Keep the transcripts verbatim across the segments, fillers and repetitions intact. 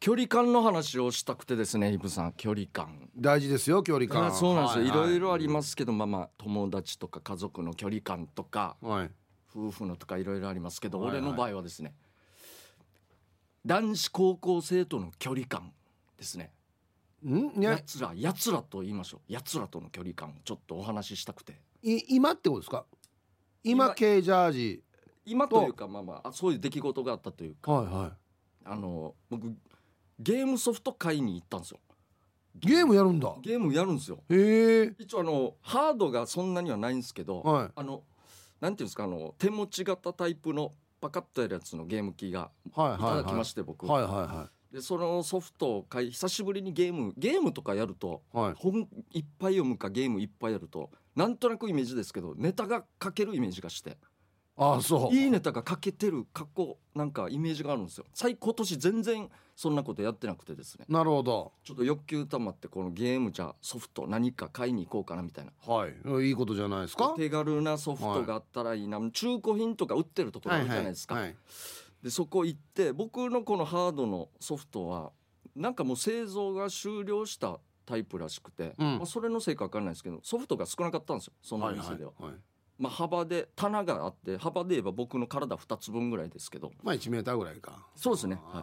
距離感の話をしたくてですね、イブさん、距離感大事ですよ、距離感。 そうなんですよ、 はいはい、 いろいろありますけど、まあまあ友達とか家族の距離感とか、 はい、 夫婦のとかいろいろありますけど、 はいはい、 俺の場合はですね、男子高校生との距離感ですね。 んやつらやつらと言いましょう、やつらとの距離感をちょっとお話ししたくて。 い今ってことですか？今系ジャージ今というか、まあまあそういう出来事があったというか、 はいはい、 あの僕ゲームソフト買いに行ったんですよ。 ゲームやるんだ。 ゲームやるんですよ。 へえ。 一応あのハードがそんなにはないんですけど、 はい、 あのなんていうんですか、あの手持ち型タイプのパカッとやるやつのゲーム機がいただきまして、僕、 はいはいはい、 でそのソフトを買い、久しぶりにゲームゲームとかやると、 はい、 本いっぱい読むかゲームいっぱいやると、なんとなくイメージですけどネタが書けるイメージがして、 ああそう、 いいネタが書けてる過去なんかイメージがあるんですよ。最今年全然そんなことやってなくてですね、 なるほど、 ちょっと欲求溜まって、このゲームじゃソフト何か買いに行こうかなみたいな、 はい、いいことじゃないですか。 手軽なソフトがあったらいいな、はい、中古品とか売ってるところあるじゃないですか、 はいはいはい、 でそこ行って、僕のこのハードのソフトはなんかもう製造が終了したタイプらしくて、 うん、 まあ、それのせいか分かんないですけど、ソフトが少なかったんですよ、そのお店では、 はいはいはい、 まあ、幅で棚があって、幅で言えば僕の体ふたつぶんぐらいですけど、 まあいちメーターぐらいか。 そうですね、はい、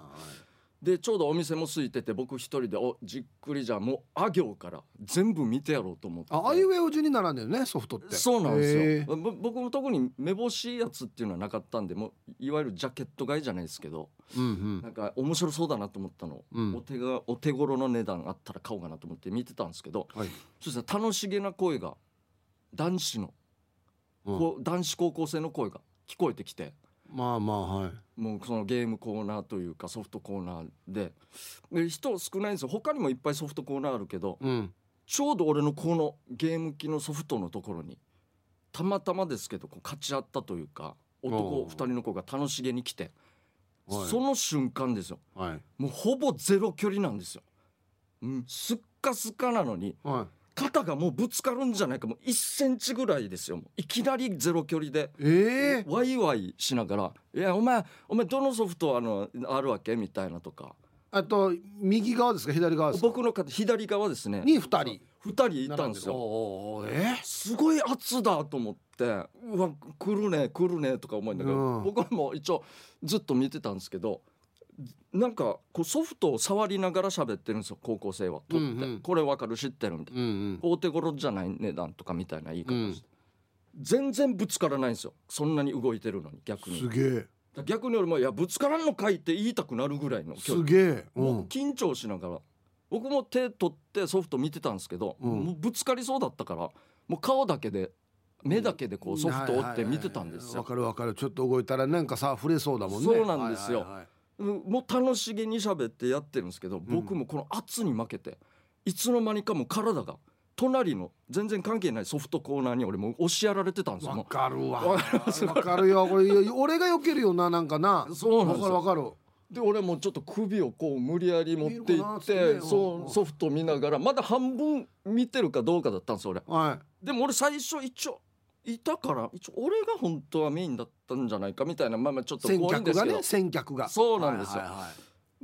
でちょうどお店も空いてて、僕一人でおじっくりじゃあもうあ行から全部見てやろうと思って、 ああいうえお順に並んでるね、ソフトって。 そうなんですよ。僕も特にめぼしいやつっていうのはなかったんで、もういわゆるジャケット買いじゃないですけど、 うんうん、 なんか面白そうだなと思ったの、うん、お手がお手頃の値段あったら買おうかなと思って見てたんですけど、はい、そしたら楽しげな声が、男子の、うん、男子高校生の声が聞こえてきて、 まあまあ、はい、 もうそのゲームコーナーというかソフトコーナー で, で人少ないんですよ。他にもいっぱいソフトコーナーあるけど、うん、ちょうど俺のこのゲーム機のソフトのところにたまたまですけどこう勝ち合ったというか、男ふたりの子が楽しげに来て、その瞬間ですよ、はい、もうほぼゼロ距離なんですよ、うん、すっかすかなのに、はい、肩がもうぶつかるんじゃないか、もういっセンチぐらいですよ。もういきなりゼロ距離で、えー、ワイワイしながら、いやお前お前どのソフト あ, のあるわけみたいなとか。あと右側ですか左側ですか？ 僕の左側ですねにふたりふたりいたんですよ。おえー、すごい圧だと思って、うわ来るね来るねとか思いながら、うん、僕はもう一応ずっと見てたんですけど、なんかこうソフトを触りながら喋ってるんですよ、高校生は。取って、うんうん、これ分かる知ってるみたいな、うんうん、大手頃じゃない値段とかみたいな言い方して、うん、全然ぶつからないんですよ、そんなに動いてるのに。逆にすげえ、 逆に俺もいやぶつからんのかいって言いたくなるぐらいのすげえ、 うん、もう緊張しながら僕も手取ってソフト見てたんですけど、うん、もうぶつかりそうだったから、もう顔だけで目だけでこうソフトを追って見てたんですよ。 わかるわかる、ちょっと動いたらなんかさ触れそうだもんね。 そうなんですよ、はいはいはい、もう楽しげに喋ってやってるんですけど、僕もこの圧に負けていつの間にかもう体が隣の全然関係ないソフトコーナーに俺も押しやられてたんですよ。 わかるわわかるよ、これ俺が避けるよな、なんかな。 そうなんですよ、 わかるわかる。 で俺もちょっと首をこう無理やり持っていって、そうソフト見ながらまだ半分見てるかどうかだったんです俺、はい、でも俺最初一応いたから一応俺が本当はメインだったんじゃないかみたいな、まあまあちょっと怖いんですけど、先客がね、 先客がそうなんですよ、 はいはいはい、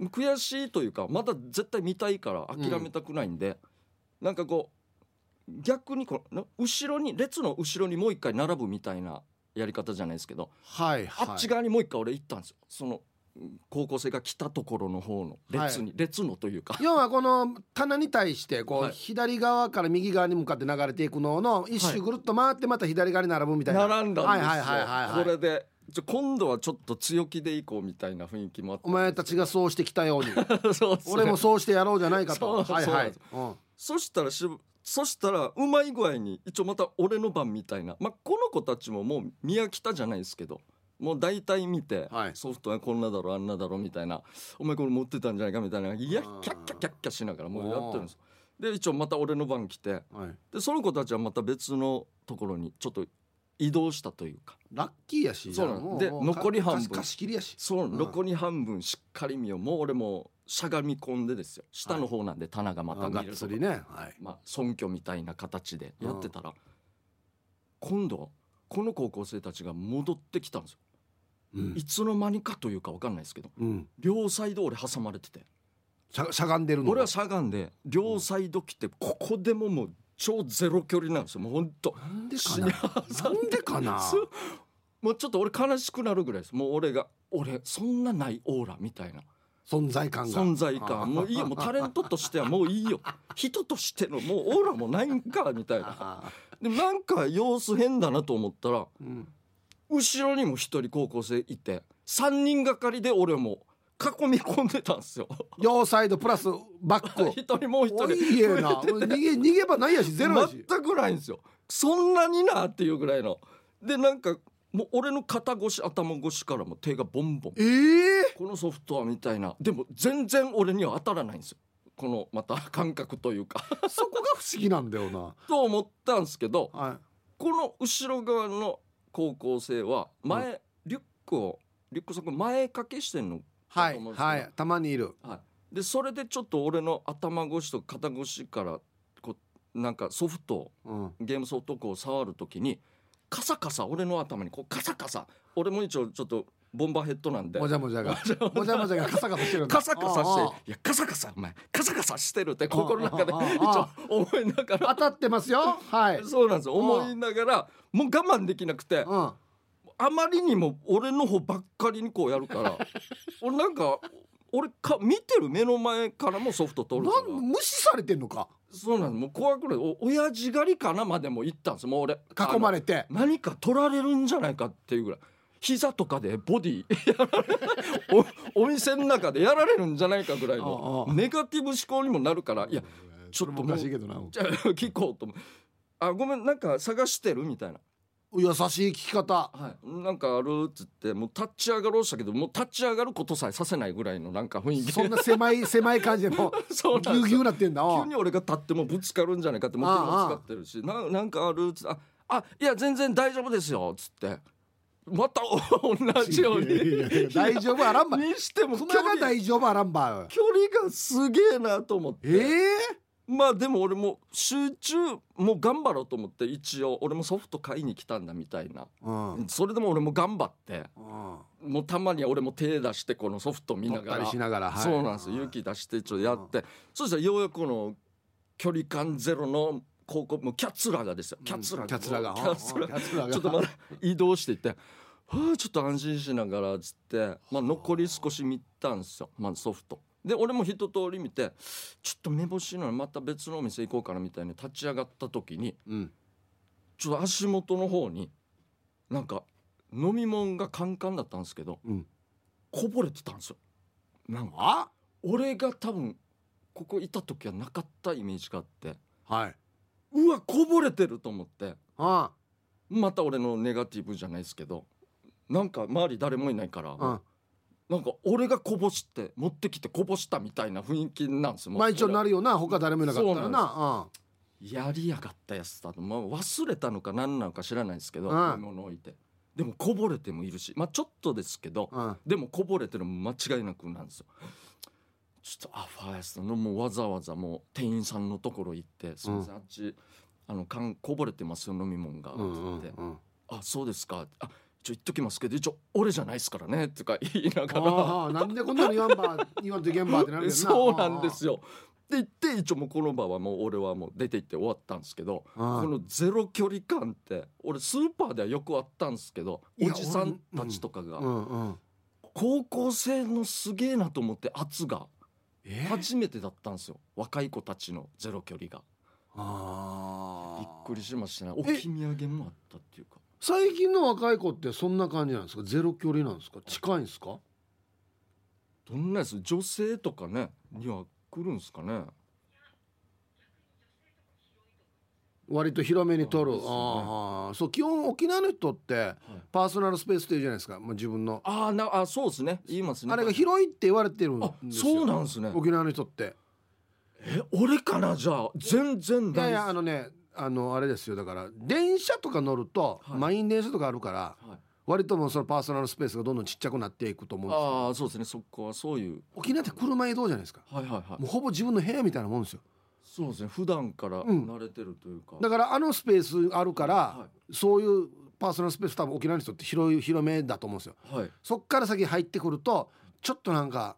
悔しいというかまだ絶対見たいから諦めたくないんで、うん、なんかこう逆にこの後ろに列の後ろにもう一回並ぶみたいなやり方じゃないですけど、はいはい、あっち側にもう一回俺行ったんですよ、その高校生が来たところの方の列に、はい、列のというか要はこの棚に対してこう、はい、左側から右側に向かって流れていくのの一周ぐるっと回ってまた左側に並ぶみたいな、 並んだんですよ、はいはいはいはい、これでちょ今度はちょっと強気でいこうみたいな雰囲気もあって、 お前たちがそうしてきたようにそう、俺もそうしてやろうじゃないかと。はいはい、うん、 そしたらしそしたらうまい具合に一応また俺の番みたいな、まあ、この子たちももう見飽きたじゃないですけど、もう大体見て、はい、ソフトはこんなだろあんなだろみたいな、お前これ持ってたんじゃないかみたいな、いやキャッキャッキャッキャしながらもうやってるんです。で一応また俺の番来て、はい、でその子たちはまた別のところにちょっと移動したというか、 ラッキーやし、 そうなんで残り半分貸し切りやし、 そう、うん、残り半分しっかり見よう、もう俺もしゃがみ込んでですよ、下の方なんで棚がまた見れるとか、 ね、はい、 まあ尊虚みたいな形でやってたら、うん、今度この高校生たちが戻ってきたんですよ、うん、いつの間にかというか分かんないですけど、うん、両サイド俺挟まれてて、 しゃしゃがんでるの。 俺はしゃがんで両サイド来て、ここでももう超ゼロ距離なんですよ。もうほんとなんでかななんでかなもうちょっと俺悲しくなるぐらいです。もう俺が俺そんなないオーラみたいな存在感が存在感もういいよ、もうタレントとしてはもういいよ、人としてのもうオーラもないんかみたいな。でなんか様子変だなと思ったら、うん、後ろにも一人高校生いてさんにんがかりで俺も囲み込んでたんですよ。 両サイドプラスバック一人もう一人いいえな逃げ逃げ場ないやしゼロやし全くないんですよ。そんなになっていうぐらいので、なんかもう俺の肩越し頭越しからも手がボンボン、 えー、 このソフトはみたいな。でも全然俺には当たらないんですよ、このまた感覚というかそこが不思議なんだよなと思ったんですけど、 はい、 この後ろ側の高校生は前、うん、リュックをリュックサック前掛けしてんのはいはいたまにいる、 はい、でそれでちょっと俺の頭越しと肩越しからこうなんかソフト、うん、ゲームソフトをこう触るときにカサカサ俺の頭にこうカサカサ、俺も一応ちょっとボンバーヘッドなんでもじゃもじゃがもじゃもじゃがカサカサしてるんだカサカサしていやカサカサお前カサカサしてるって心の中で一応思いながら当たってますよ、はいそうなんですよ、思いながらもう我慢できなくて、うん、あまりにも俺の方ばっかりにこうやるから俺なんか俺か見てる目の前からもソフト取るから無視されてんのか。 そうなんです、もう怖くないお親父狩りかなまでも行ったんです。もう俺囲まれて何か取られるんじゃないかっていうぐらい膝とかでボディやられお, お店の中でやられるんじゃないかぐらいのネガティブ思考にもなるから、いやちょっともうじゃあ聞こうと思う、あごめんなんか探してるみたいな優しい聞き方、 はい、なんかあるっつってもう立ち上がろうしたけどもう立ち上がることさえさせないぐらいのなんか雰囲気、 そんな狭い狭い感じでもうそうギュギュなってんだ。 急に俺が立ってもぶつかるんじゃないかってもう手も使ってるし、な, なんかあるっつってああいや全然大丈夫ですよっつってまた同じようにいやいや大丈夫あらんばにしてもそんなが大丈夫あらんば距離がすげえなと思って、 えーまあでも俺も集中もう頑張ろうと思って一応俺もソフト買いに来たんだみたいな、うん、それでも俺も頑張って、うん、もうたまには俺も手出してこのソフト見ながらしながら、はい、 そうなんですよ、勇気出してちょっとやって、うん、そしたらようやくこの距離感ゼロの高校もうキャツラがですよ、キャツラが、うん、キャツラがキャツラがちょっとまだ移動していってはあちょっと安心しながらつって、まあ、残り少し見たんですよ、まあ、ソフトで俺も一通り見てちょっと目星のまた別のお店行こうかなみたいに立ち上がった時に、うん、ちょっと足元の方になんか飲み物がカンカンだったんですけど、うん、こぼれてたんですよ。なんか俺が多分ここいた時はなかったイメージがあって、はい、うわこぼれてると思って、ああまた俺のネガティブじゃないですけどなんか周り誰もいないから、うんなんか俺がこぼして持ってきてこぼしたみたいな雰囲気なんですよ。 まあ一応なるよな、他誰もいなかったらな、 うん、やりやがったやつだと、まあ、忘れたのか何なのか知らないですけど、飲み物置いてでもこぼれてもいるし、まあちょっとですけど、うん、でもこぼれてるのも間違いなくなんですよ。ちょっとあファーストのもうわざわざもう店員さんのところ行ってすみません、うん、あっちあの缶こぼれてますよ飲み物がって言って、うんうんうん、あそうですかあちょ言っときますけど一応俺じゃないですからねとか言いながらあなんでこんなの言わんば言わんといけんばってなるよなそうなんですよって言って一応もうこの場はもう俺はもう出て行って終わったんですけど、このゼロ距離感って俺スーパーではよくあったんですけどおじさんたちとかが、うんうんうん、高校生のすげえなと思って圧が初めてだったんですよ、若い子たちのゼロ距離が。あびっくりしましたね。置き土産もあったっていうか。 最近の若い子ってそんな感じなんですか？ゼロ距離なんですか？近いんですか？ どんなやつ女性とかねには来るんですかね。 割と広めに取る。あ、ね、あそう基本沖縄の人ってパーソナルスペースっていうじゃないですか、まあ、自分のあなあそうですね言いますね。 あれが広いって言われてるんですよ。 そうなんですね。 沖縄の人ってえ俺かなじゃあ全然大いやいやあのねあのあれですよ、だから電車とか乗ると、はい、満員電車とかあるから、はい、割ともうそのパーソナルスペースがどんどんちっちゃくなっていくと思うんですよ。 ああそうですね、そこはそういう沖縄って車移動じゃないですか、はいはいはい、もうほぼ自分の部屋みたいなもんですよ。 そうですね、普段から慣れてるというか、 うん、だからあのスペースあるから、はい、そういうパーソナルスペース多分沖縄の人って広い広めだと思うんですよ、はい、そっから先入ってくるとちょっとなんか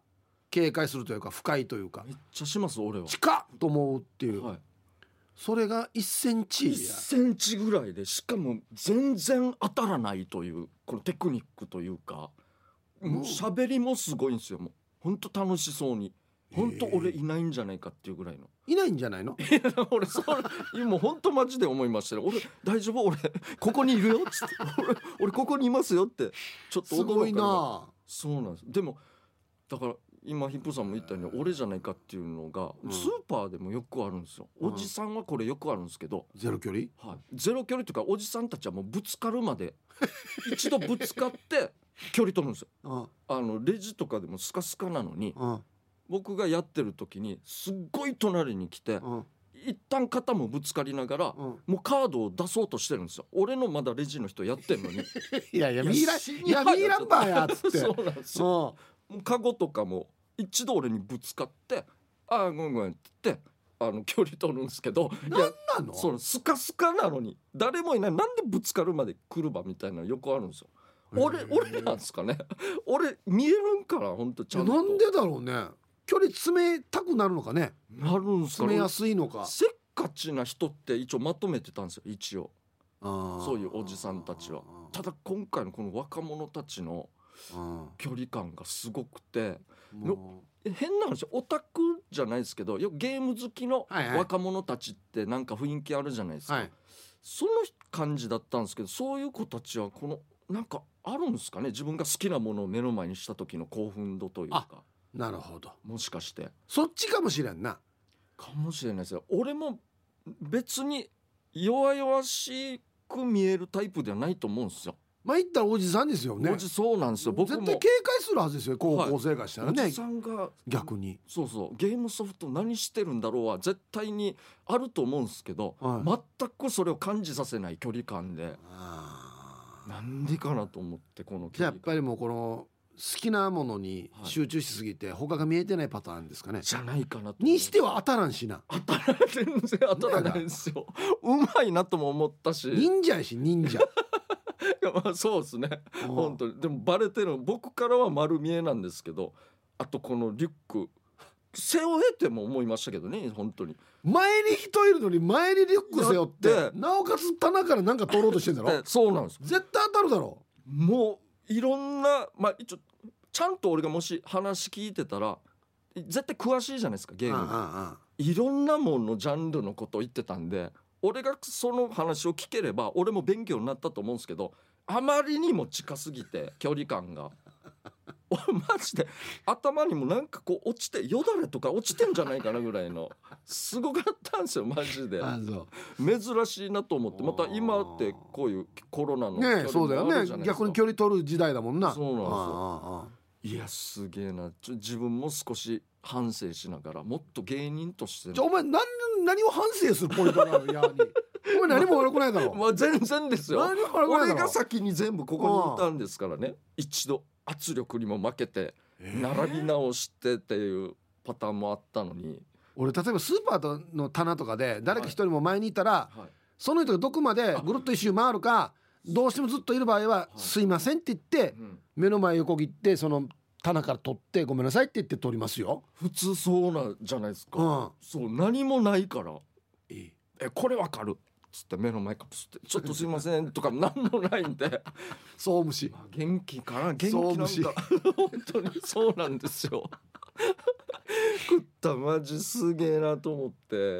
警戒するというか不快というかめっちゃします俺は。 近っと思うっていう、 はい、 それがいっセンチいっセンチぐらいで、しかも全然当たらないというこのテクニックというか、もう喋りもすごいんですよ。もう本当楽しそうに、本当俺いないんじゃないかっていうぐらいの。 いないんじゃないのいや俺それもう本当マジで思いましたね。俺大丈夫、俺ここにいるよっつって俺, 俺ここにいますよってちょっと驚かれた。 すごいな。 そうなんです。でもだから今ヒップさんも言ったように俺じゃないかっていうのが、 うん、 スーパーでもよくあるんですよ。おじさんはこれよくあるんですけど、 ゼロ距離、 はい、ゼロ距離というかおじさんたちはもうぶつかるまで一度ぶつかって距離取るんですよ。 うん、 あのレジとかでもスカスカなのに、 うん、 僕がやってる時にすっごい隣に来て、うん、一旦肩もぶつかりながら、うん、もうカードを出そうとしてるんですよ。俺のまだレジの人やってんのにいやいやミイラいやミイランバーやっつってそうなんですよ。もうカゴとかも一度俺にぶつかってあーごめんごめんって言ってあの距離取るんですけど、 なんなのそのスカスカなのに誰もいない、なんでぶつかるまで来るばみたいなのよくあるんですよ。俺俺なんですかね。俺見えるんから本当ちゃんと。 なんでだろうね。距離詰めたくなるのかね。 なるんすか。 詰めやすいのか。 せっかちな人って一応まとめてたんですよ一応。あそういうおじさんたちは。ただ今回のこの若者たちの距離感がすごくて、変な話オタクじゃないですけど、よくゲーム好きの若者たちってなんか雰囲気あるじゃないですか、はいはい、その感じだったんですけど、そういう子たちはこのなんかあるんですかね、自分が好きなものを目の前にした時の興奮度というか。 なるほど、 もしかしてそっちかもしれんな。 かもしれないですよ。俺も別に弱々しく見えるタイプではないと思うんですよ。 まあ言ったらおじさんですよね。 おじそうなんですよ。僕も絶対警戒するはずですよ、高校生がしたらね、はい、おじさんが逆にそうそうゲームソフト何してるんだろうは絶対にあると思うんですけど、はい、全くそれを感じさせない距離感で、あなんでかなと思って、この距離感。 やっぱりもうこの好きなものに集中しすぎて、はい、他が見えてないパターンですかね。 じゃないかなと。 にしては当たらんしな。 当たら全然当たらないんですよ。うまいなとも思ったし、 忍者やし忍者いやまあそうですね本当に。でもバレてる、僕からは丸見えなんですけど、あとこのリュック背負えても思いましたけどね。本当に前に人いるのに前にリュック背負ってなおかつ棚からなんか取ろうとしてんだろ。 そうなんです。 絶対当たるだろ。 もういろんな、まあ一応ちゃんと俺がもし話聞いてたら絶対詳しいじゃないですかゲーム。ああああいろんなもののジャンルのことを言ってたんで、俺がその話を聞ければ俺も勉強になったと思うんですけど、あまりにも近すぎて距離感がマジで頭にもなんかこう落ちてよだれとか落ちてんじゃないかなぐらいのすごかったんですよマジで。珍しいなと思って。また今ってこういうコロナの距離もあるじゃないですか。ね、そうだよね。 逆に距離取る時代だもんな。 そうなんですよ。ああいやすげえな。ちょ自分も少し反省しながらもっと芸人として。 じゃあお前 何, 何を反省するポイントなのやにお前何も悪くないだろ。 まあ全然ですよ。俺が先に全部ここにいたんですからね。一度圧力にも負けて並び直してっていうパターンもあったのに、 俺例えばスーパーの棚とかで誰か一人も前にいたら、はいはい、その人がどこまでぐるっと一周回るか、どうしてもずっといる場合は、はい、すいませんって言って、うん、目の前横切ってその棚から取ってごめんなさいって言って取りますよ。 普通そうなんじゃないですか、うん、そう何もないからええこれわかるつって目の前からってちょっとすいませんとか何もないんでそうむし元気かな元気なんか本当にそうなんですよ食ったマジすげえなと思って、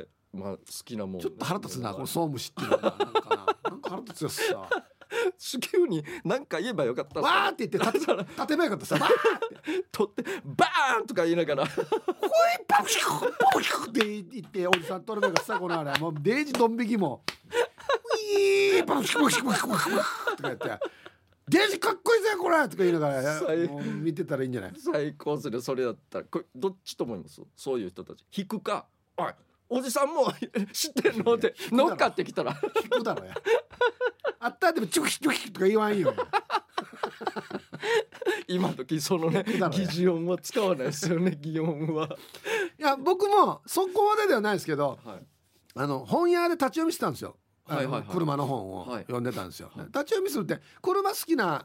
まあ好きなもん、ね、 ちょっと腹立つなこのそうむしっていうのはなんかななんか腹立つやつさ地球に何か言えばよかったわーって言って立て立てばよかったさバーって取ってバーンとか言いながらほいパシュッパシュッって言っておじさん取ればよかったさこのあれもうデージドン引きもウィーパシュッパシュッパシュッパシュッとか言ってデージかっこいいぜこれとか言いながらもう見てたらいいんじゃない。 最高するそれだったら。これどっちと思います？そういう人たち引くかおいおじさんも知ってんのって乗っかってきたら引くだろやあったでもチュキチュキとか言わんよ今時そのね擬似音は使わないですよね擬音は。 いや僕もそこまでではないですけど、はい、あの本屋で立ち読みしてたんですよ。はいはいはい、車の本を読んでたんですよ、はい、立ち読みするって車好きな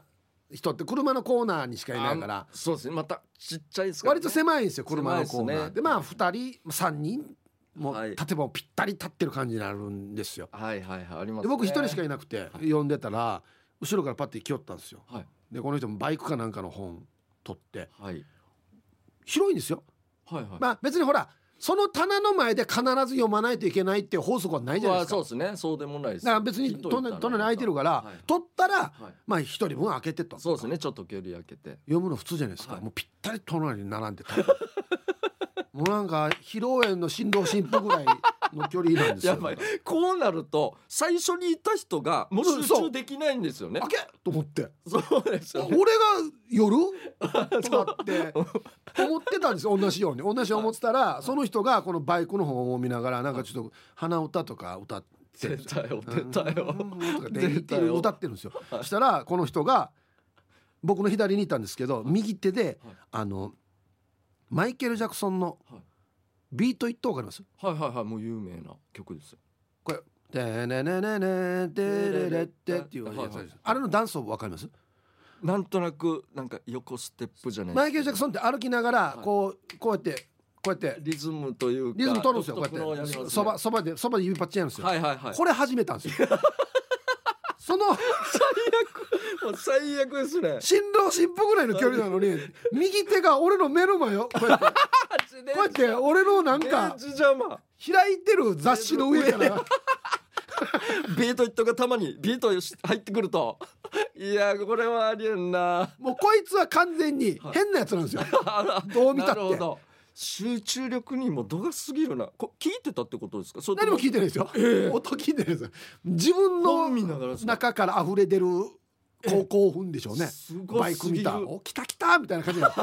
人って車のコーナーにしかいないから、 そうですね、またちっちゃいですから、ね、 割と狭いんですよ車のコーナー で,、 ね、 でまあふたりさんにんもう立てばぴったり立ってる感じになるんですよ。 はいはいはい、ありますね。 で僕一人しかいなくて呼んでたら後ろからパッて来よったんですよ、 はい、 でこの人もバイクかなんかの本取って、 はい、 広いんですよ、はいはい、まあ別にほらその棚の前で必ず読まないといけないっていう法則はないじゃないですか。 そうですね、そうでもないです。 だから別に隣に空いてるから、はい、取ったら、はい、まあ一人分開けてと。 そうですね、ちょっと距離開けて読むの普通じゃないですか、はい、もうぴったり隣に並んでたもうなんか披露宴の新郎新婦ぐらいの距離なんですよ。やばい、 こうなると最初にいた人がもう集中できないんですよね。 開けと思って、 そうですよ、ね、 俺が夜とかって思ってたんですよ。同じように同じように思ってたら、はい、その人がこのバイクの方を見ながらなんかちょっと鼻歌とか歌って出たよ出たよ出たよ歌ってるんですよ。そしたらこの人が僕の左にいたんですけど、右手で、はい、あのマイケル・ジャクソンのビートイットわかります？ はいはいはい、もう有名な曲ですよこれ。テネネネネテレレッテっていうやつです、はいはい、あれのダンスわかります？ なんとなくなんか横ステップじゃないですか。 マイケル・ジャクソンって歩きながらこうこうやってこうやってリズムというかリズム取るんですよ。こうやってそばそばでそばで指パッチンやるんですよ。 はいはいはい、これ始めたんですよその最悪、もう最悪ですね。 新郎新婦ぐらいの距離なのに右手が俺の目の前よ、こうやってこうやって俺のなんか開いてる雑誌の上からビートイットがたまにビート入ってくるといやこれはありえんな。 もうこいつは完全に変なやつなんですよどう見たって。なるほど、 集中力にも度が過ぎるな。こ聞いてたってことですか？ 何も聞いてないですよ、えー、音聞いてないです。自分の中から溢れ出る高興奮でしょうね。バイク見た、お来た来たみたいな感じだ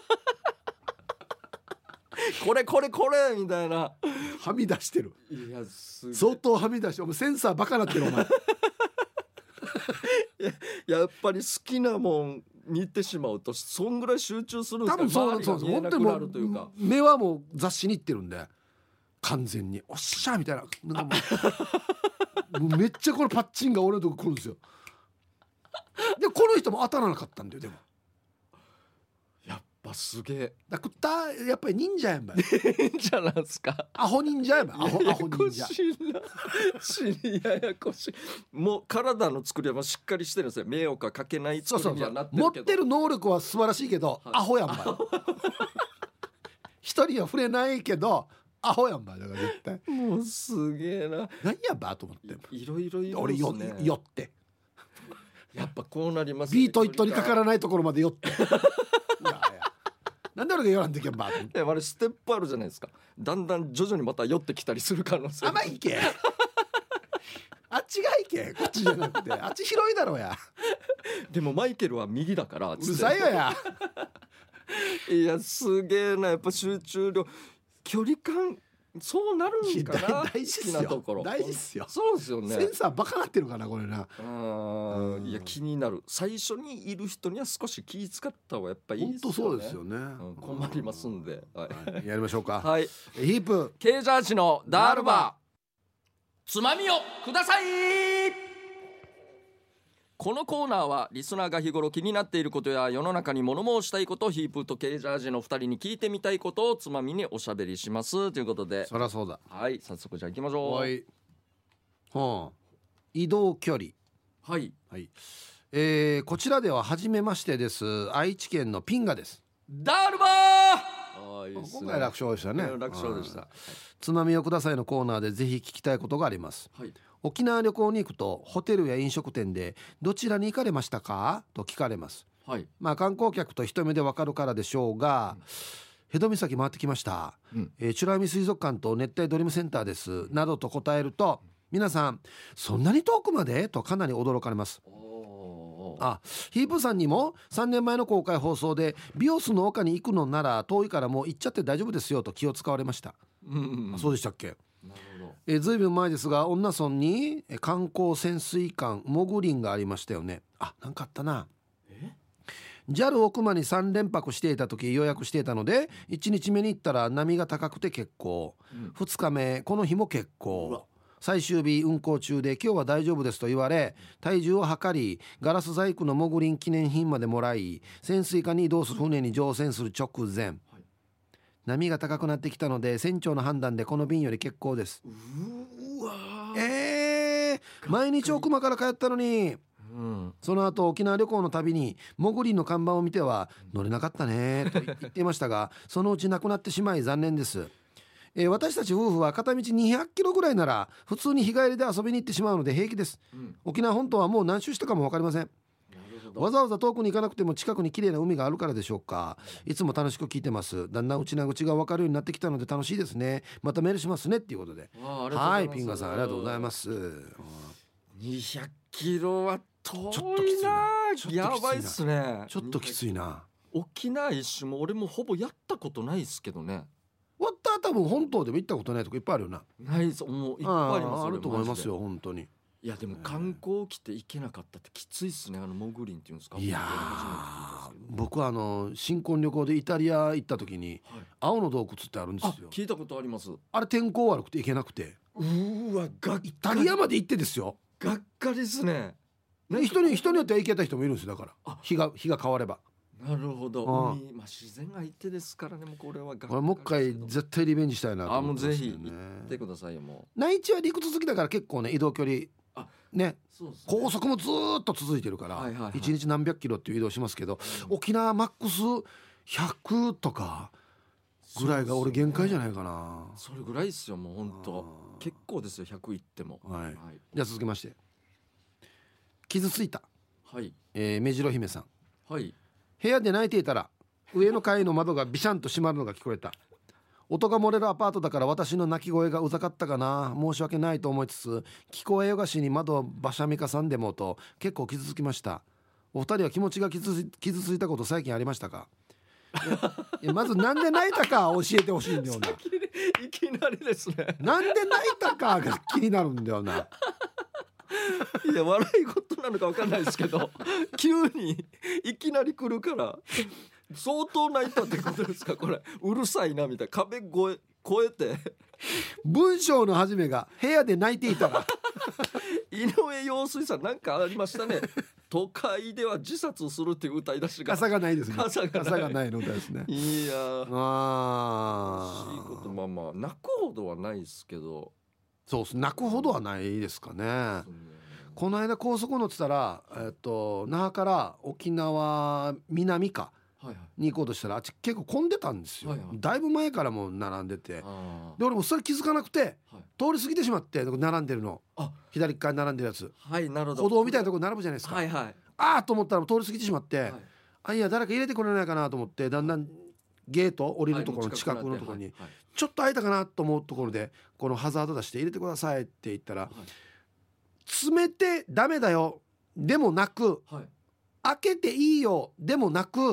これこれこれみたいなはみ出してる。 いやす相当はみ出して、お前センサーバカなってるお前や, やっぱり好きなもん見てしまうとそんぐらい集中するんですか？ 多分そうなんです。本当にもう目はもう雑誌に行ってるんで完全におっしゃみたいな、なんかもうもうめっちゃこのパッチンが俺のとこ来るんですよ。でこの人も当たらなかったんだよ。でもやっぱすげえだくったやっぱり忍者やんばい忍者なんすか？ アホ忍者やんばい。アホアホ忍者死にややこしい。もう体の作りはしっかりしてるんですよ。迷惑はかけない作りにはなってるけど、 持ってる能力は素晴らしいけど、はい、アホやんばい一人は触れないけどアホやんばい。だから絶対もうすげえな。 何やばと思って、 いろいろいろ、ね、 俺よ寄ってやっぱこうなります、ね、 ビートイットにかからないところまで寄っていやいやなんで俺が寄らんといけんばと思って。 あれステップあるじゃないですか。だんだん徐々にまた寄ってきたりする可能性。 あまいけあっちがいけ、こっちじゃなくてあっち広いだろうや。 でもマイケルは右だからうるさいよやいやすげえな。やっぱ集中力距離感そうなるんかな。 大事っすよ、大事っすよ。 そうですよね。 センサーバカなってるかなこれな。 あ、いや気になる。最初にいる人には少し気使った方がやっぱいいですよね。 本当そうですよね、 うん、困りますんで、はいはい、やりましょうか。 はい、 ヒープケージャージのダールバーつまみをください。このコーナーはリスナーが日頃気になっていることや世の中に物申したいこと、ヒープとケージャージのふたりに聞いてみたいことをつまみにおしゃべりしますということで、 そりゃそうだ。 はい、早速じゃあ行きましょう。 はい、はあ、移動距離、 はい、 はい、えー、こちらでは初めましてです。愛知県のピンガです。 ダールバー。あ、いいですね、 今回楽勝でしたね。 楽勝でした、はい、 つまみをくださいのコーナーでぜひ聞きたいことがあります、はい、沖縄旅行に行くとホテルや飲食店でどちらに行かれましたかと聞かれます、はい、まあ観光客と一目でわかるからでしょうが、うん、辺戸岬回ってきました、うん、えー、美ら海水族館と熱帯ドリームセンターですなどと答えると、皆さんそんなに遠くまでとかなり驚かれます。あ、ヒープさんにもさんねんまえの公開放送でビオスの丘に行くのなら遠いからもう行っちゃって大丈夫ですよと気を使われました、うんうんうん、そうでしたっけ。なるほど。えずいぶん前ですが恩納村に観光潜水艦モグリンがありましたよね。あ、なんかあったな。え ジャル 奥間にさん連泊していた時予約していたのでいちにちめに行ったら波が高くて欠航、うん、ふつかめこの日も欠航、 最終日運行中で今日は大丈夫ですと言われ、体重を測りガラス細工のモグリン記念品までもらい、潜水艦に移動する船に乗船する直前、はい、波が高くなってきたので船長の判断でこの便より欠航です。うわえー、毎日奥間から帰ったのに、うん、その後沖縄旅行の旅にモグリンの看板を見ては乗れなかったねと言っていましたがそのうちなくなってしまい残念です。えー、私たち夫婦は片道にひゃくキロぐらいなら普通に日帰りで遊びに行ってしまうので平気です。うん、沖縄本島はもう何周したかも分かりません。わざわざ遠くに行かなくても近くに綺麗な海があるからでしょうか。いつも楽しく聞いてます。だんだん内な口が分かるようになってきたので楽しいですね。またメールしますねっていうことで、はい、ピンガさんありがとうございます。 にひゃくキロは遠いな。やばいっすね。 ちょっときついな。 沖縄一周も俺もほぼやったことないですけどね。 終わった多分本島でも行ったことないとこいっぱいあるよな。 ないです。もういっぱいあります。 あると思いますよ本当に。 いやでも観光来て行けなかったってきついっすね。あのモグリンっていうんですか。 いや僕はあの新婚旅行でイタリア行った時に、はい、青の洞窟ってあるんですよ。 聞いたことあります。 あれ天候悪くて行けなくて、 うーわがっイタリアまで行ってですよ。 がっかりですね。 人に人によっては行けた人もいるんですよ。だから日が日が変われば。 なるほど。海、まあ、自然が相手ですからね。もうこれはがもう一回絶対リベンジしたいなと思ってます、ね。 あもうぜひ行ってくださいよ。もう内地は陸続きだから結構ね移動距離あね、そうですね、高速もずっと続いてるから、はいはいはい、いちにち何百キロっていう移動しますけど、うん、沖縄マックスひゃくとかぐらいが俺限界じゃないかな。 それぐらいですよもう本当結構ですよひゃくいっても、 はいはい、じゃあ続きまして傷ついた、 はいえー、目白姫さん、 はい、 部屋で泣いていたら上の階の窓がビシャンと閉まるのが聞こえた。音が漏れるアパートだから私の泣き声がうざかったかな。申し訳ないと思いつつ聞こえよがしに窓をバシャミカさんでもと結構傷つきました。お二人は気持ちが傷つ、傷ついたこと最近ありましたか？いやまずなんで泣いたか教えてほしいんだよな。 いきなりですね。 なんで泣いたかが気になるんだよな。 いや笑い事なのか分かんないですけど急にいきなり来るから相当泣いたってことですかこれ。うるさいなみたいな壁越え、越えて文章の始めが部屋で泣いていたら井上陽水さんなんかありましたね。都会では自殺するっていう歌い出しが傘がないですね。 傘がない、 傘がないの歌ですね。 いやあーいいことまあまあ泣くほどはないですけど。 そうです泣くほどはないですかね、うん、この間高速乗ってたら、えっと、那覇から沖縄南かに行こうとしたらあっち結構混んでたんですよ、はいはい、だいぶ前からもう並んでて、で俺もそれ気づかなくて、はい、通り過ぎてしまって並んでるの、あ左側に並んでるやつ、 はい、なるほど、 歩道みたいなところに並ぶじゃないですか、 はいはい、 ああと思ったら通り過ぎてしまって、はい、あいや誰か入れてくれないかなと思ってだんだんゲート降りるところの近くのところに、はいはいはい、ちょっと空いたかなと思うところでこのハザード出して入れてくださいって言ったら、はい、詰めてダメだよでもなく、はい、開けていいよでもなく、はい、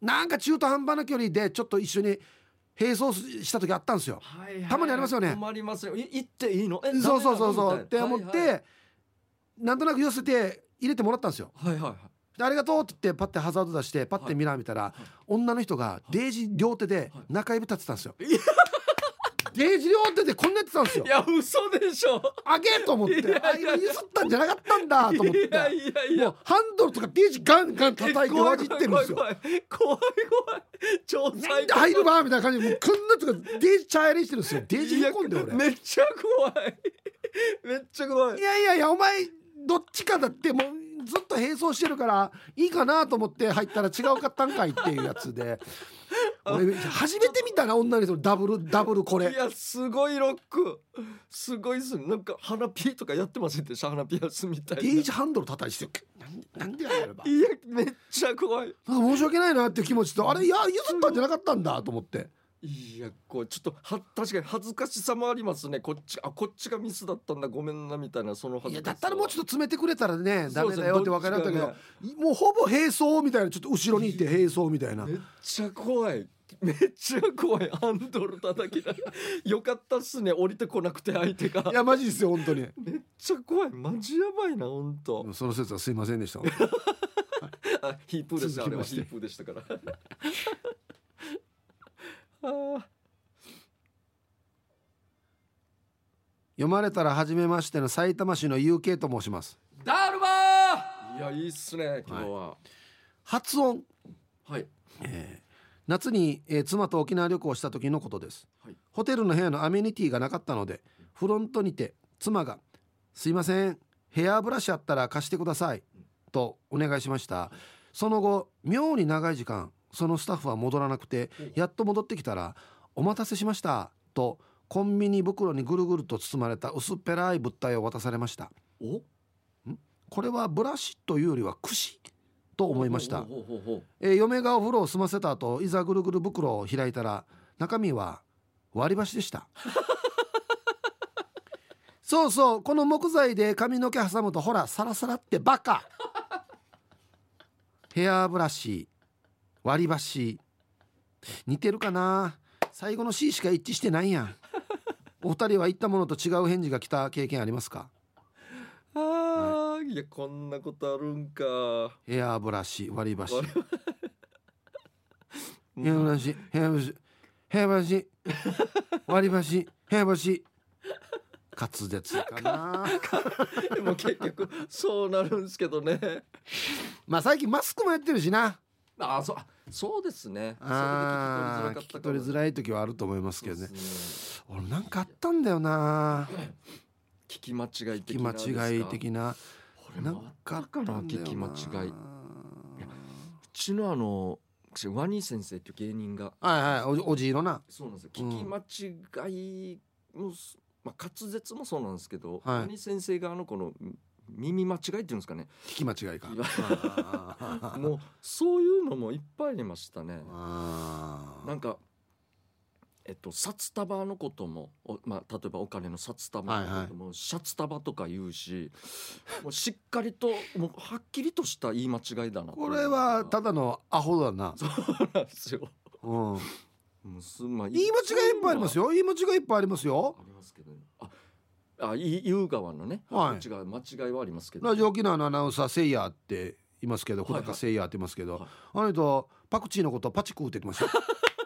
なんか中途半端な距離でちょっと一緒に並走した時あったんですよ、はいはい、たまにありますよね。 困りますよ。行っていいの？えそうそうそうそうって思って、はいはい、なんとなく寄せて入れてもらったんですよ、はいはいはい、でありがとうって言ってパッてハザード出してパッてミラー見たら、はいはい、女の人がデージ両手で中指立ってたんですよ、はい、デージ両手でこんなやってたんですよ。 いや嘘でしょ。 あげと思って、いやいやあ今譲ったんじゃなかったんだと思って、いやいやいやもうハンドルとかデージガンガン叩いてわじってるんですよ。 怖い怖い怖い怖い超最高。 なんで入るばみたいな感じでもうこんなとかデージ茶やりしてるんですよ。デージ引っ込んで俺めっちゃ怖いめっちゃ怖い。 いやいやいやお前どっちかだってもうずっと並走してるからいいかなと思って入ったら違うかったんかいっていうやつで俺初めて見たな女の人ダブルダブルこれ。 いやすごいロックすごいっす。なんか花ピーとかやってませんでした？花ピアスみたいなゲージハンドル叩いてなんなんでやればいやめっちゃ怖い。 なんか申し訳ないなっていう気持ちとあれいや譲ったんじゃなかったんだと思って、 いやこうちょっとは確かに恥ずかしさもありますね。こっちあこっちがミスだったんだごめんなみたいなその恥ずかしさ。いやだったらもうちょっと詰めてくれたらねダメだよって分かりましたけど、ね、もうほぼ並走みたいなちょっと後ろにいて並走みたいな。 めっちゃ怖いめっちゃ怖い。ハンドル叩きなよかったっすね降りてこなくて相手が。 いやマジですよ本当にめっちゃ怖いマジやばいな本当。 その説はすいませんでしたあヒープーでした。あれはヒープーでしたからあ読まれたら初めましての埼玉市の ユーケー と申します。 ダルマー、いやいいっすね今日は、はい、 発音、 はい、 えー、夏に、えー、妻と沖縄旅行した時のことです、はい、ホテルの部屋のアメニティがなかったのでフロントにて妻がすいませんヘアブラシあったら貸してくださいとお願いしました。その後妙に長い時間そのスタッフは戻らなくて、やっと戻ってきたらお待たせしましたとコンビニ袋にぐるぐると包まれた薄っぺらい物体を渡されました。 おんこれはブラシというよりは櫛と思いました。えー、嫁がお風呂を済ませた後いざぐるぐる袋を開いたら中身は割り箸でしたそうそう、この木材で髪の毛挟むとほらサラサラってバカヘアブラシ割り箸似てるかな。最後の C しか一致してないやんお二人は言ったものと違う返事が来た経験ありますか？ あー、はい、いやこんなことあるんか。 ヘアブラシ割り箸ヘアブラシヘアブラシヘアブラシ割り箸ヘアブラシ滑舌かなでも結局そうなるんですけどねまあ最近マスクもやってるしな。 あそうそうですね。 ああ聞き取りづらい時はあると思いますけどね。俺なんかあったんだよな聞き間違い的な聞き間違い的ななんかあったんだよな聞き間違い。うちのあのワニ先生っていう芸人がはいはい お, おじいのなそうなんですよ。聞き間違いの、まあ、滑舌もそうなんですけど、はい、ワニ先生があのこの耳間違いっていうんですかね。 聞き間違いかもうそういうのもいっぱいありましたね。あなんかえっと札束のことも、まあ、例えばお金の札束のことも、はいはい、シャツ束とか言うしもうしっかりともうはっきりとした言い間違いだな。 これはただのアホだな。 そうなんですよ、うん、 もうす、まあ、言い間違いいっぱいありますよ。言い間違いいっぱいありますよ。 ありますけど、ね、ああ言う側のね、はい、違う間違いはありますけど、 ラジオ沖縄のアナウンサーセイヤーっていますけど、小高セイヤーって言いますけど、はいはい、あの人パクチーのことをパチクーって言ってました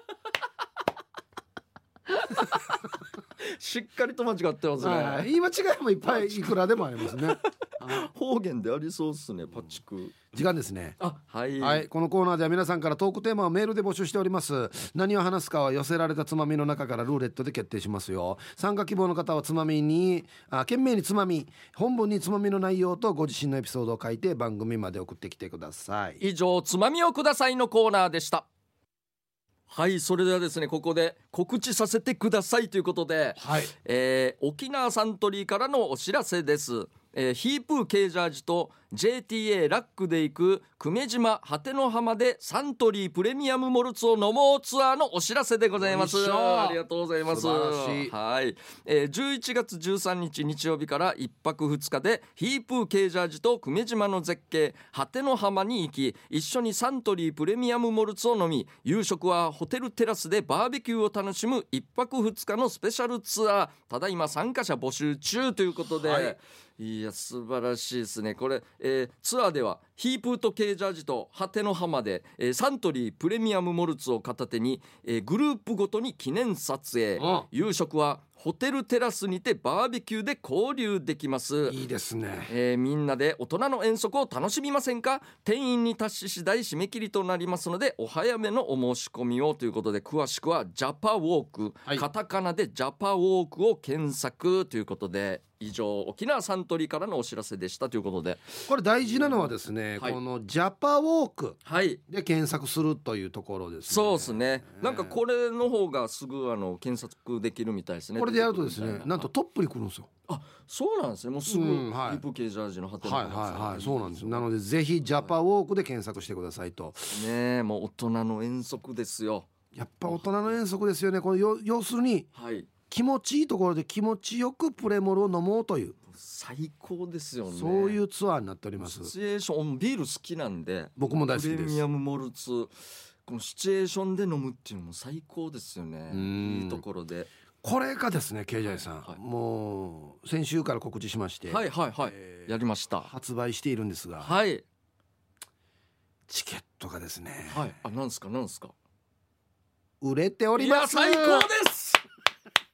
しっかりと間違ってますね、 はい、言い間違いもいっぱいいくらでもありますね方言でありそうっすね。パチク時間ですね。 あ、はい、 はい、このコーナーでは皆さんからトークテーマをメールで募集しております。何を話すかは寄せられたつまみの中からルーレットで決定しますよ。参加希望の方はつまみにあ懸命につまみ本文につまみの内容とご自身のエピソードを書いて番組まで送ってきてください。 以上つまみをくださいのコーナーでした。はい、それではですねここで告知させてくださいということで、はい、えー、沖縄サントリーからのお知らせです。えー、ヒープーケージャージと ジェーティーエー ラックで行く久米島果ての浜でサントリープレミアムモルツを飲もうツアーのお知らせでございます。ありがとうございます。はい、えー、じゅういちがつじゅうさんにち日曜日からいっぱくふつかでヒープーケージャージと久米島の絶景果ての浜に行き一緒にサントリープレミアムモルツを飲み夕食はホテルテラスでバーベキューを楽しむいっぱくふつかのスペシャルツアー。ただいま参加者募集中ということで、はい、いや素晴らしいですねこれ、えー、ツアーではヒープーとケージャージと果ての浜で、えー、サントリープレミアムモルツを片手に、えー、グループごとに記念撮影、うん、夕食はホテルテラスにてバーベキューで交流できます。 いいですね、 えー、みんなで大人の遠足を楽しみませんか。定員に達し次第締め切りとなりますのでお早めのお申し込みをということで詳しくはジャパウォーク、はい、カタカナでジャパウォークを検索ということで以上沖縄サントリーからのお知らせでしたということでこれ大事なのはですね、はい、このジャパウォークで検索するというところですね。 そうですね、なんかこれの方がすぐあの検索できるみたいですね。 これでやるとですねなんとトップに来るんですよ。 あ、そうなんですね。もうすぐ、うん、はい、ヒープケージャージの果てのはいはいはいそうなんです。なのでぜひジャパウォークで検索してくださいと、 ねえもう大人の遠足ですよ。 やっぱ大人の遠足ですよね。これ要要するに、はい、気持ちいいところで気持ちよくプレモルを飲もうという最高ですよね。 そういうツアーになっております。 シチュエーションビール好きなんで僕も大好きです。 プレミアムモルツこのシチュエーションで飲むっていうのも最高ですよね。いいところでこれがですねケイジャイさん、はい、もう先週から告知しましてはいはいはい、えー、やりました発売しているんですが、 はい、 チケットがですね、 はい、あ、なんすかなんすか売れております。 いや最高です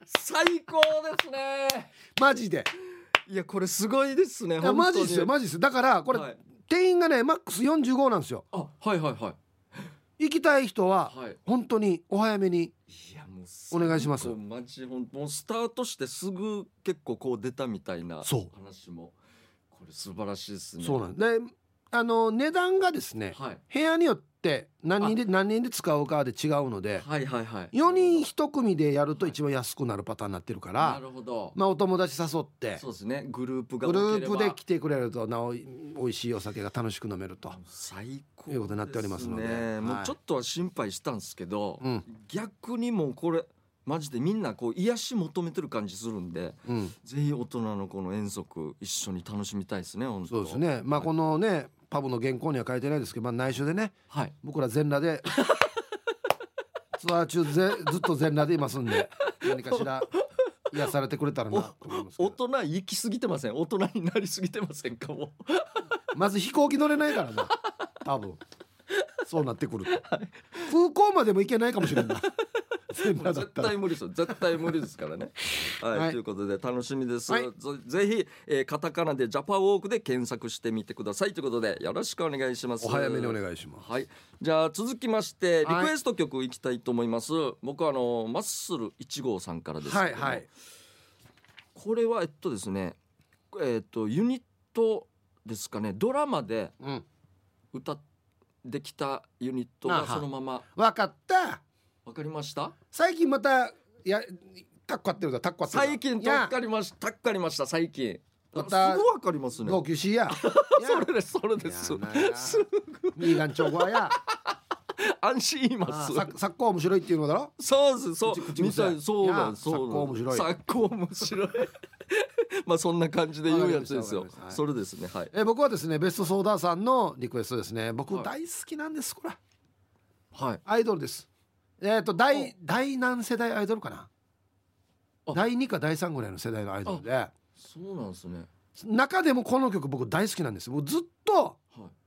最高ですね。 マジで。 いやこれすごいですね。 いやマジですよマジですよ。だからこれ、はい、定員がねマックスよんじゅうごなんですよ。 あはいはいはい。 行きたい人は、はい、本当にお早めにお願いします。 マジほんもうスタートしてすぐ結構こう出たみたいな話もこれ素晴らしいですね。 そうなんで、あの値段がですね、はい、部屋によって何人で何人で使うかで違うので、はいはいはい、よにんいち組でやると一番安くなるパターンになってるから、なるほど、まあ、お友達誘ってそうですね、グループがグループで来てくれるとなお美味しいお酒が楽しく飲めると最高いうことになっておりますので、 はい、もうちょっとは心配したんですけど、うん、逆にもうこれマジでみんなこう癒し求めてる感じするんで、うん、ぜひ大人のこの遠足一緒に楽しみたいですね。本当そうですね。まあこのね、はい、パブの原稿には書いてないですけど、まあ、内緒でね、はい、僕ら全裸でツアー中ぜずっと全裸でいますんで何かしら癒されてくれたらなと思いますけど。 大人行き過ぎてません？大人になりすぎてませんか？もうまず飛行機乗れないからな多分そうなってくると、はい、空港までも行けないかもしれない絶対無理ですよ、絶対無理ですからねはい、はい、ということで楽しみです、はい、ぜひ、えー、カタカナでジャパウォークで検索してみてくださいということでよろしくお願いします。 お早めにお願いします。 はい、じゃあ続きましてリクエスト曲いきたいと思います、はい、僕はあのマッスルいち号さんからですけど、はいはい、これはえっとですねえっとユニットですかね、ドラマで歌ってきたユニットがそのまま、 うん、分かったわかりました。 最近またやタッコってるだタッコってる最近タッカりましたタッカりました最近またすぐわかりますね。 号泣しやそれですそれですすぐミーガンチョコや安心言います。 サッカー面白いっていうのだろ。 そうですそうみたいそうなんサッカー面白いサッカー面白いまあそんな感じで言うやつですよ、はい、それですね、はい、 え僕はですねベストソーダーさんのリクエストですね。僕大好きなんですこれ、はい、アイドルです。えっと第第何世代アイドルかな、だいにかだいさんぐらいの世代のアイドルで、 そうなんですね。 中でもこの曲僕大好きなんです。僕ずっと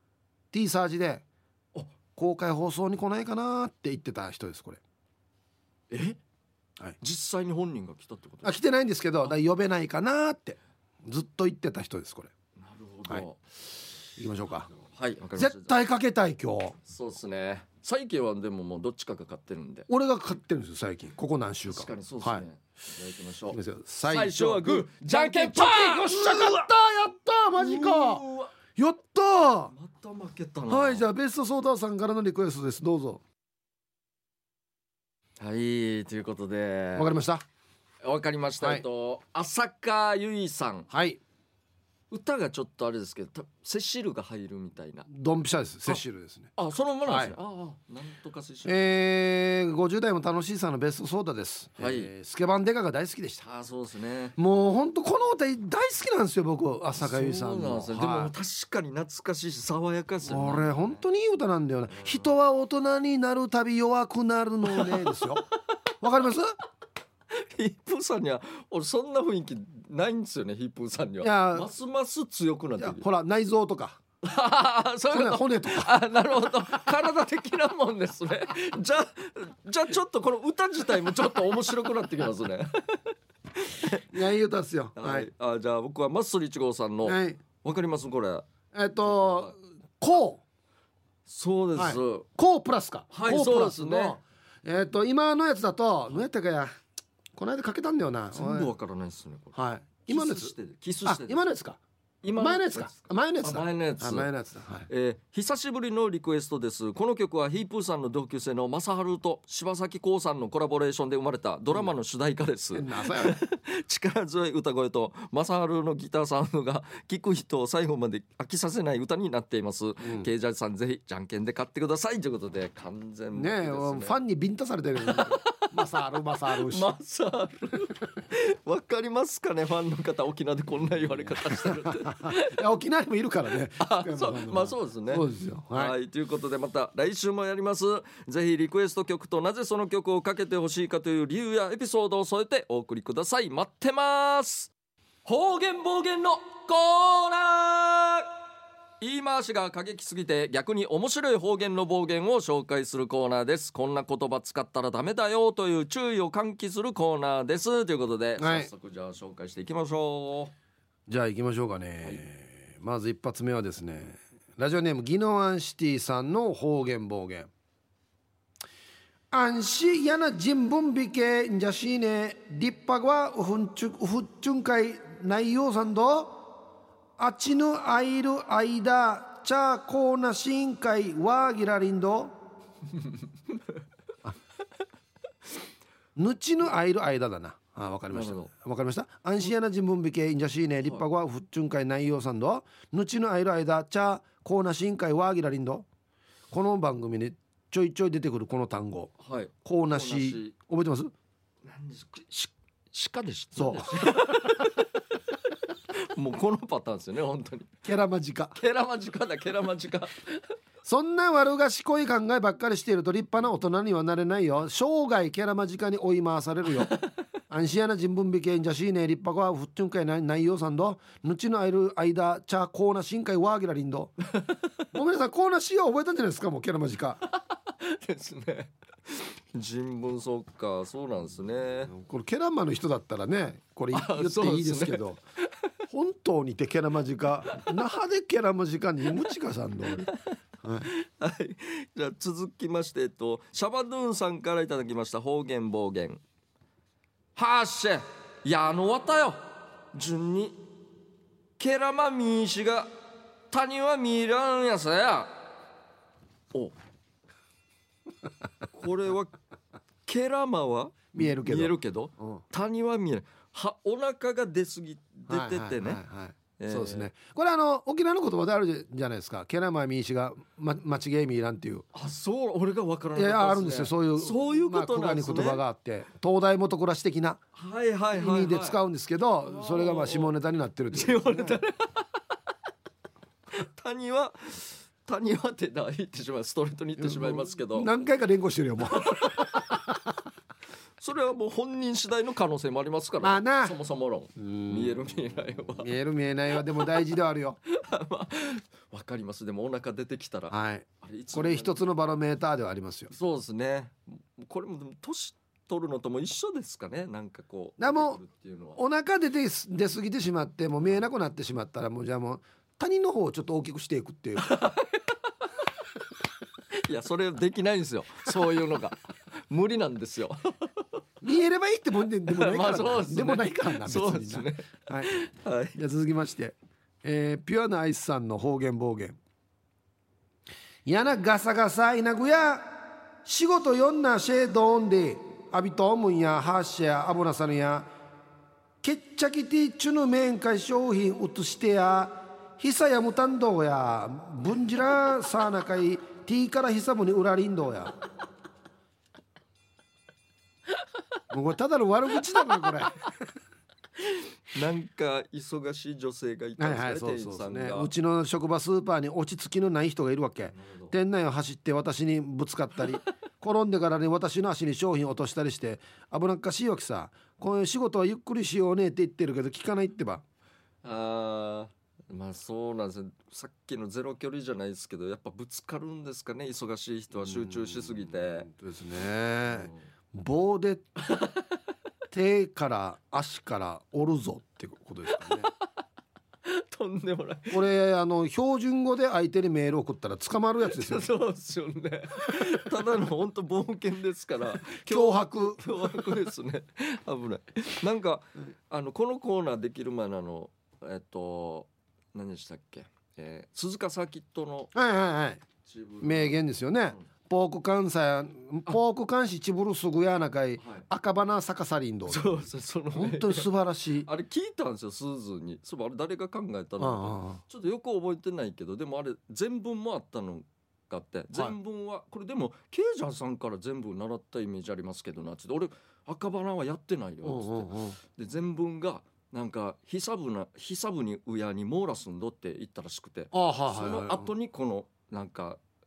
T サージで公開放送に来ないかなって言ってた人です。これえ、はい、実際に本人が来たってこと？ あ来てないんですけどだ呼べないかなってずっと言ってた人です。これなるほど、はい、 行きましょうか。 はい、わかりました。 絶対かけたい今日。 そうですね。最近はでももうどっちかが買ってるんで。 俺が買ってるんですよ最近。ここ何週間。 確かにそうですね、はい、いただきましょう。 最初はグーじゃんけんパー。 よっしゃ勝ったやったマジかやったまた負けたな。 はい、じゃあベストソーダーさんからのリクエストです。どうぞ。 はいということでわかりましたわかりました、はい、えっと浅香唯さん、はい、歌がちょっとあれですけどセシルが入るみたいな。 ドンピシャです。セシルですね。 あ、そのままなんですね、はい、ああなんとかセシル、 えー、ごじゅう代も楽しいさんのベストソーダです、はい、えー、スケバンデカが大好きでした。 あ、そうですね。 もう本当この歌大好きなんですよ僕。浅香唯さんの。 そうなんですね、はい、でも確かに懐かしいし爽やかですよね。 これ本当にいい歌なんだよね。人は大人になるたび弱くなるのねですよわかります？ ヒップーさんには俺そんな雰囲気ないんですよね。ヒップーさんにはますます強くなってる。 ほら内臓とかそういう骨とかあ、なるほど体的なもんですね。じゃじゃあちょっとこの歌自体もちょっと面白くなってきますねいやいい歌ですよ、 はい、あじゃあ僕はマッスルいち号さんの、はい、わかりますこれ。 えっとこうそうです、はい、 こうプラスか、 はい、こうプラスね。 えっと今のやつだと何やったかやこの間かけたんだよな。 全部わからないですねこれ。 はい、今のやつキスして今のやつか前のやつか前のやつだ前のやつ前のやつだ、はい。 えー、久しぶりのリクエストです。この曲はヒープーさんの同級生の正春と柴咲コウさんのコラボレーションで生まれたドラマの主題歌です、うん、力強い歌声と正春のギターサウンドが聴く人を最後まで飽きさせない歌になっています、うん、ケイジャージさんぜひじゃんけんで買ってくださいということで完全ねえファンにビンタされてるマサールマサールマサールわかりますかねファンの方。沖縄でこんな言われ方してるっていや沖縄にもいるからねあそうまあそうですね。 そうですよ、はい、 はい、ということでまた来週もやります。ぜひリクエスト曲となぜその曲をかけてほしいかという理由やエピソードを添えてお送りください。待ってます。方言暴言のコーナー。 言い回しが過激すぎて逆に面白い方言の暴言を紹介するコーナーです。こんな言葉使ったらダメだよという注意を喚起するコーナーですということで、はい、早速じゃあ紹介していきましょう。 じゃあ行きましょうかね、はい、まず一発目はですね、ラジオネームギノアンシティさんの方言暴言。安心やな人文美系んじゃしね立派はうふんちゅうふっちゅんかい内容さんどあちぬあいる間ちゃこうなしんかいわぎらりんどぬちぬあいる間だなあ、わかりました。わかりました。安心やな人文美系んじゃしね立派はふっちゅんかい内容さんどぬちぬあいる間ちゃこうなしんかいわぎらりんど。この番組にちょいちょい出てくるこの単語、はい、こうなし覚えてます？ 何ですか？し鹿でした。 そうもうこのパターンですよね本当に。 ケラマジカケラマジカだケラマジカそんな悪賢い考えばっかりしていると立派な大人にはなれないよ。生涯ケラマジカに追い回されるよ安心やな人文美系んじゃしね立派はふっちゅんかい内容さんどぬちのあいる間ちゃこうなしんかいわぎらりんどごめんなさい、こうなしは覚えたんじゃないですか。もうケラマジカですね。人文、そっか、そうなんですね。 これケラマの人だったらねこれ言っていいですけど、ね、本当にてケラマジカ那覇でケラマジカにムチカさんのはい、 はい、じゃあ続きまして、えっと、シャバドゥーンさんからいただきました方言暴言。はっしゃやのわたよ順にケラマミーシが谷は見らんやさや。おこれはケラマは見えるけど、 見えるけど、うん、谷は見えない。はお腹が出すぎ出ててね、 そうですね。これあの沖縄の言葉であるじゃないですか。ケラマミーシが、ま、間違いミーランっていう。 あ、そう俺が分からなかったですね。 いやあるんですよ、そういうそういうことなんですね。 まあ、言葉があって東大元暮らし的な意味で使うんですけど、はいはいはいはい、それがまあ下ネタになってるっていう、ね、下ネタ谷は谷はって言ってしまう、ストレートに言ってしまいますけど、 何回か連呼してるよもうそれはもう本人次第の可能性もありますから、まあな、そもそも論見える見えないは見える見えないはでも大事ではあるよまあ、わかります。でもお腹出てきたら、 はい、あれこれ一つのバロメーターではありますよ。 そうですね。これも年取るのとも一緒ですかね。なんかこうでもお腹出て出過ぎてしまってもう見えなくなってしまったらもうじゃあもう他人の方をちょっと大きくしていくっていういやそれできないんですよ、そういうのが無理なんですよ見えればいいってもんでもないからな、まあね、でもないからな別にな。 そうですね、 はいはい、じゃあ続きまして、えー、ピュアなアイスさんの方言暴言。やなガサガサいなぐや仕事よんなシェードーンでアビトームンやハーシェアアボナサヌやケッチャキティチュヌメンカイ商品移してやヒサやムタンドーやブンジラサーナカイティーからヒサムにウラリンドーやもうこれただの悪口だなこれなんか忙しい女性がいたんですね、はいはい、そうそうそうね、 うちの職場スーパーに落ち着きのない人がいるわけ。店内を走って私にぶつかったり転んでからに私の足に商品落としたりして危なっかしいわけさ。こういう仕事はゆっくりしようねって言ってるけど聞かないってば。 あーまあそうなんですよ。さっきのゼロ距離じゃないですけどやっぱぶつかるんですかね、忙しい人は集中しすぎて。 本当ですね、うん、棒で手から足から折るぞってことですかねとんでもない。 これあの標準語で相手にメール送ったら捕まるやつですよそうですよねただの本当冒険ですから脅迫脅迫ですね危ない。なんか、うん、あのこのコーナーできる前のあのえっと何でしたっけ、えー、鈴鹿サーキットのはいはいはい名言ですよね、うん、ポーク関西ポーク関西チブルスグヤナ会、はい、赤花逆さりんど。 そうそうその本当に素晴らしいあれ聞いたんですよスーズーに。そうあれ誰が考えたのかちょっとよく覚えてないけどでもあれ全文もあったのがあって全文は、はい、これでもケイジャンさんから全部習ったイメージありますけどなって俺赤花はやってないよっつって、うんうんうん、で全文がなんかヒサブなヒサブに親にモーラスンドって言ったらしくて、あ、はいはいはい、その後にこのなんか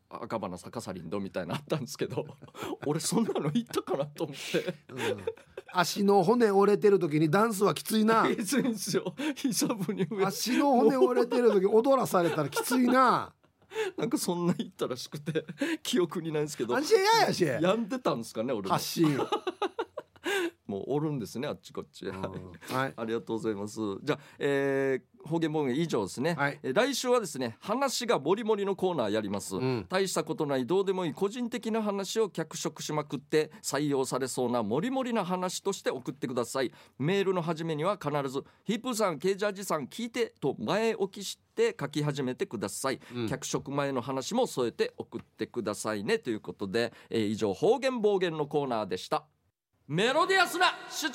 赤花逆さリンドみたいなのあったんですけど俺そんなの言ったかなと思って、 うん、足の骨折れてる時にダンスはきついな。 きついんですよ。久ぶに足の骨折れてる時踊らされたらきついな。 なんかそんな言ったらしくて記憶にないんですけど、 足ややしやんでたんですかね俺も。 発信もうおるんですねあっちこっち、はいはい、 ありがとうございます。じゃあ、えー、方言暴言以上ですね、 はい、 えー、来週はですね話がもりもりのコーナーやります、うん、大したことないどうでもいい個人的な話を脚色しまくって採用されそうなもりもりな話として送ってください。メールの始めには必ずヒープーさんケージャージさん聞いてと前置きして書き始めてください、うん、脚色前の話も添えて送ってくださいねということで、えー、以上方言暴言のコーナーでした。メロディアスな主張。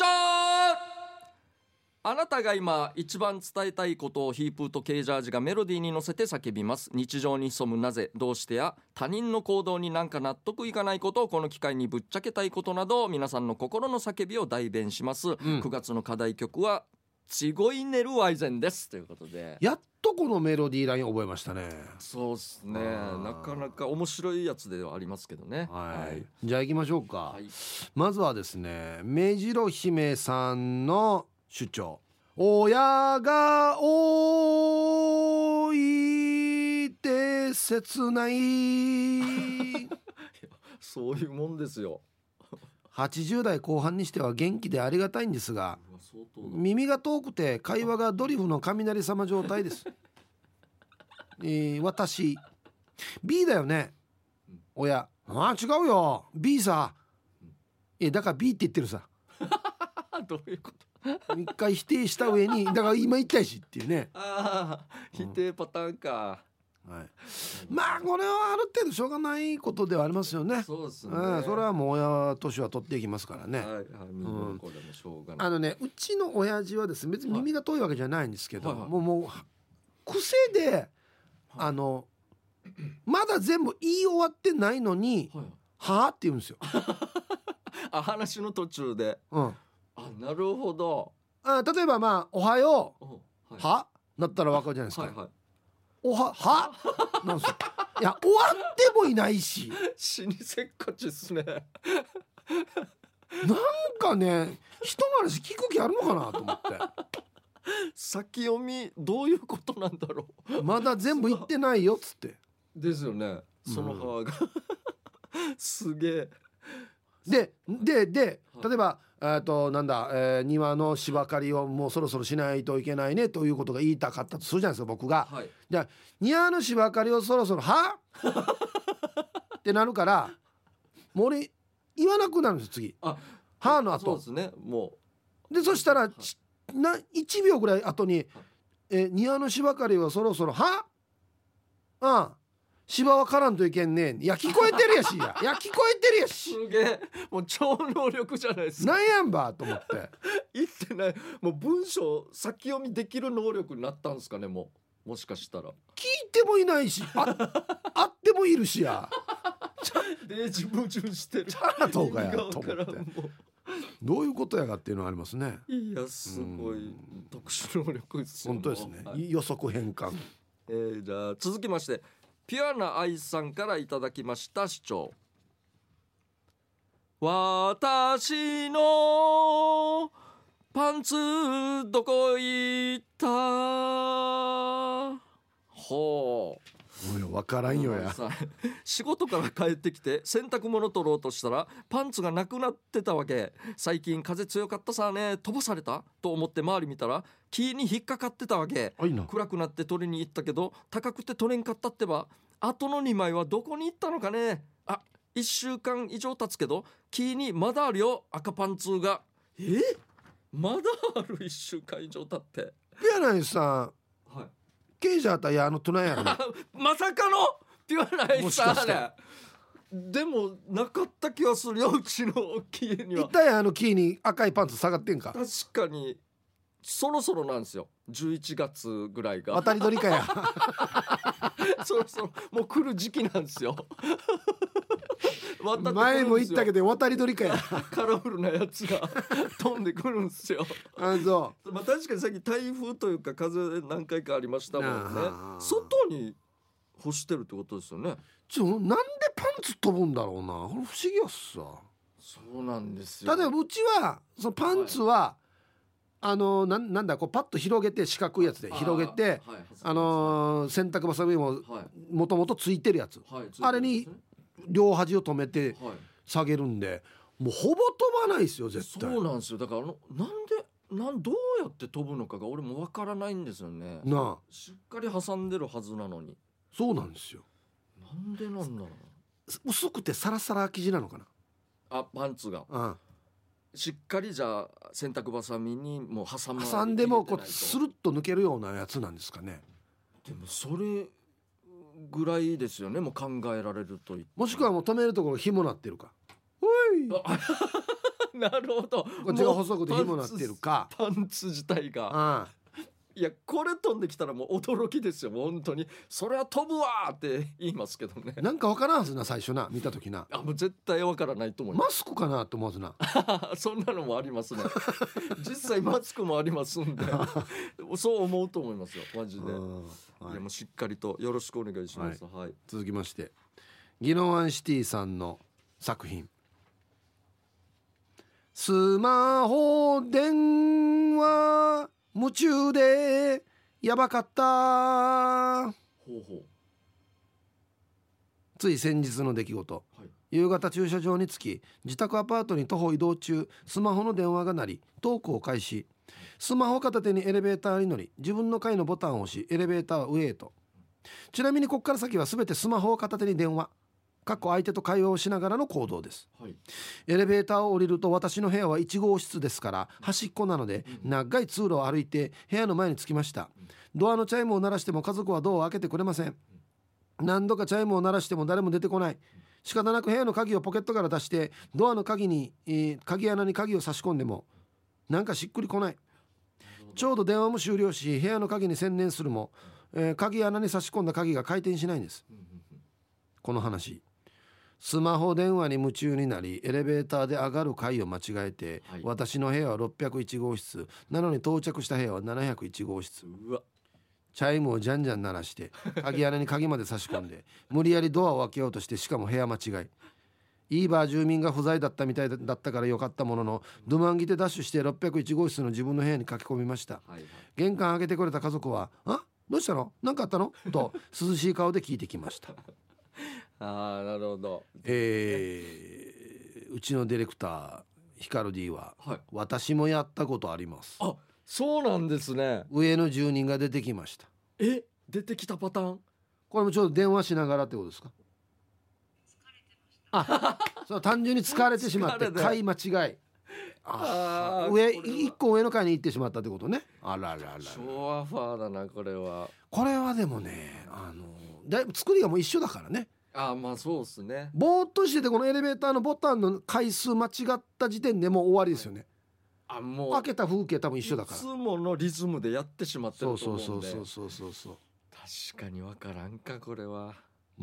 あなたが今一番伝えたいことをヒープーとケージャージがメロディーに乗せて叫びます。日常に潜むなぜどうしてや他人の行動になんか納得いかないことをこの機会にぶっちゃけたいことなど皆さんの心の叫びを代弁します、うん、くがつの課題曲はチゴイネルワイゼンですということで、 やっとこのメロディーライン覚えましたね。 そうですね、なかなか面白いやつではありますけどね、 はいはい、じゃあ行きましょうか、 はい、 まずはですね目白姫さんの主張。親が多いて切ないそういうもんですよ。 はちじゅう代後半にしては元気でありがたいんですが、耳が遠くて会話がドリフの雷様状態です、えー、私 B だよね。親、あ違うよ B さ、えだから B って言ってるさどういうこと一回否定した上にだから今言ったいしっていうね。 ああ否定パターンか、 うん、はい、まあこれはある程度しょうがないことではありますよね。 そうですね、 うん、それはもう親年は取っていきますからね。はいはい、 うん、これもしょうがない。 あのねうちの親父はですね別に耳が遠いわけじゃないんですけど、はいはい、もうもう癖で、はい、あのまだ全部言い終わってないのに、はい、はあって言うんですよあ話の途中で、 うん、 あなるほど。 あ例えばまあおはよう、はい、はなったら分かるじゃないですか、はいはい、おははなんですよ。いや終わってもいないし死にせっかちっすねなんかね人の話聞く気あるのかなと思って先読みどういうことなんだろうまだ全部言ってないよっつってですよねその歯が、うん、すげえででで例えばえとなんだ、えー、庭の芝刈りをもうそろそろしないといけないねということが言いたかったとするじゃないですか僕が、はい、じゃあ庭の芝刈りをそろそろはってなるからもう俺言わなくなるんです次あはの後そうですねもうでそしたら、はい、ないちびょうぐらい後に、はいえ庭の芝刈りはそろそろはああ芝は刈らんといけんねいや聞こえてるやしやいや聞こえてるやしすげえもう超能力じゃないですかなんやんばと思って言ってないもう文章先読みできる能力になったんですかねもうもしかしたら聞いてもいないし あ, あってもいるしやで自分矛盾してるチャラとかやと思ってどういうことやかっていうのはありますね。 いやすごい特殊能力ですよ本当ですね、はい、予測変換、 えー、じゃあ続きましてピュアな愛さんからいただきました主張。私のパンツどこ行ったほう分からんよや仕事から帰ってきて洗濯物取ろうとしたらパンツがなくなってたわけ。最近風強かったさね飛ばされたと思って周り見たら木に引っかかってたわけ。暗くなって取りに行ったけど高くて取れんかったってばあとのにまいはどこに行ったのかね。あいっしゅうかん以上経つけど木にまだあるよ赤パンツが。えまだあるいっしゅうかん以上経ってピュアナイスさんケージャーたやあの隣やろまさかのピュアナイスさんねでもなかった気がするようちの木には。 一体あの木に赤いパンツ下がってんか。 確かにそろそろなんですよじゅういちがつぐらいが渡り鳥かやそろそろもう来る時期なんですよ前も言ったけど渡り鳥かやカラフルなやつが飛んでくるんですよあそう、 まあ、確かにさっき台風というか風何回かありましたもんね。外に干してるってことですよね。 ちょなんでパンツ飛ぶんだろうな、これ不思議やっさ。 そうなんですよ。 例えばうちはそのパンツは、はい、あのななんだこうパッと広げて四角いやつで広げて あ,、はい、あのー、洗濯ばさみももともとついてるやつ、はい、あれに両端を止めて下げるんで、もうほぼ飛ばないですよ絶対。 そうなんですよ。だからあのなんでなんどうやって飛ぶのかが俺もわからないんですよね。 なあ、 しっかり挟んでるはずなのに。 そうなんですよ。 なんでなんだろう。薄くてサラサラ生地なのかな、 あパンツが。ああ、しっかりじゃあ洗濯ばさみにもう挟ま挟んでもこうスルッと抜けるようなやつなんですかね。 でもそれぐらいですよね、もう考えられると。 もしくはもう止めるところ紐なってるか。おいなるほど、 こっちが細くて紐なってるか、 パンツ自体が。ああ、いやこれ飛んできたらもう驚きですよ。もう本当にそれは飛ぶわって言いますけどね。 なんかわからんはずな、最初な見た時な。 あもう絶対わからないと思います。 マスクかなと思うはずなそんなのもありますね実際マスクもありますんでそう思うと思いますよマジで、はい、いやもうしっかりとよろしくお願いします、はいはい、 続きましてギノワンシティさんの作品、スマホ電話夢中でやばかった。ほうほう。つい先日の出来事、はい、夕方駐車場に着き自宅アパートに徒歩移動中、スマホの電話が鳴りトークを開始。スマホ片手にエレベーターに乗り自分の階のボタンを押しエレベーターは上へと。ちなみにここから先は全てスマホを片手に電話かっこ相手と会話をしながらの行動です、はい、エレベーターを降りると私の部屋はいち号室ですから端っこなので長い通路を歩いて部屋の前に着きました。ドアのチャイムを鳴らしても家族はドアを開けてくれません。何度かチャイムを鳴らしても誰も出てこない。仕方なく部屋の鍵をポケットから出してドアの鍵に、えー、鍵穴に鍵を差し込んでもなんかしっくりこない。ちょうど電話も終了し部屋の鍵に専念するも、えー、鍵穴に差し込んだ鍵が回転しないんです。この話、スマホ電話に夢中になりエレベーターで上がる階を間違えて、はい、私の部屋はろっぴゃくいち号室なのに到着した部屋はななひゃくいち号室。うわ、チャイムをじゃんじゃん鳴らして鍵穴に鍵まで差し込んで無理やりドアを開けようとして、しかも部屋間違い。イーバー住民が不在だったみたいだったからよかったものの、ドマンギてダッシュしてろっぴゃくいち号室の自分の部屋に駆け込みました、はいはい、玄関開けてくれた家族はあどうしたの何かあったのと涼しい顔で聞いてきましたあーなるほど、 えー、うちのディレクターヒカル D は、はい、私もやったことあります。 あ、そうなんですね。 上の住人が出てきました。 え、出てきたパターン。これもちょっと電話しながらってことですか。あ、そう単純に疲れてしまって階間違い。ああ、上一個上の階に行ってしまったってことね。あらららら。 昭和ファーだなこれは。 これはでもね、あのだいぶ作りがもう一緒だからね。 ああ、まあそうですね。 ぼーっとしててこのエレベーターのボタンの回数間違った時点でもう終わりですよね。 あ、もう開けた風景多分一緒だから。 いつものリズムでやってしまってると思うんで。 そうそうそうそうそうそう。 確かにわからんかこれは。うん、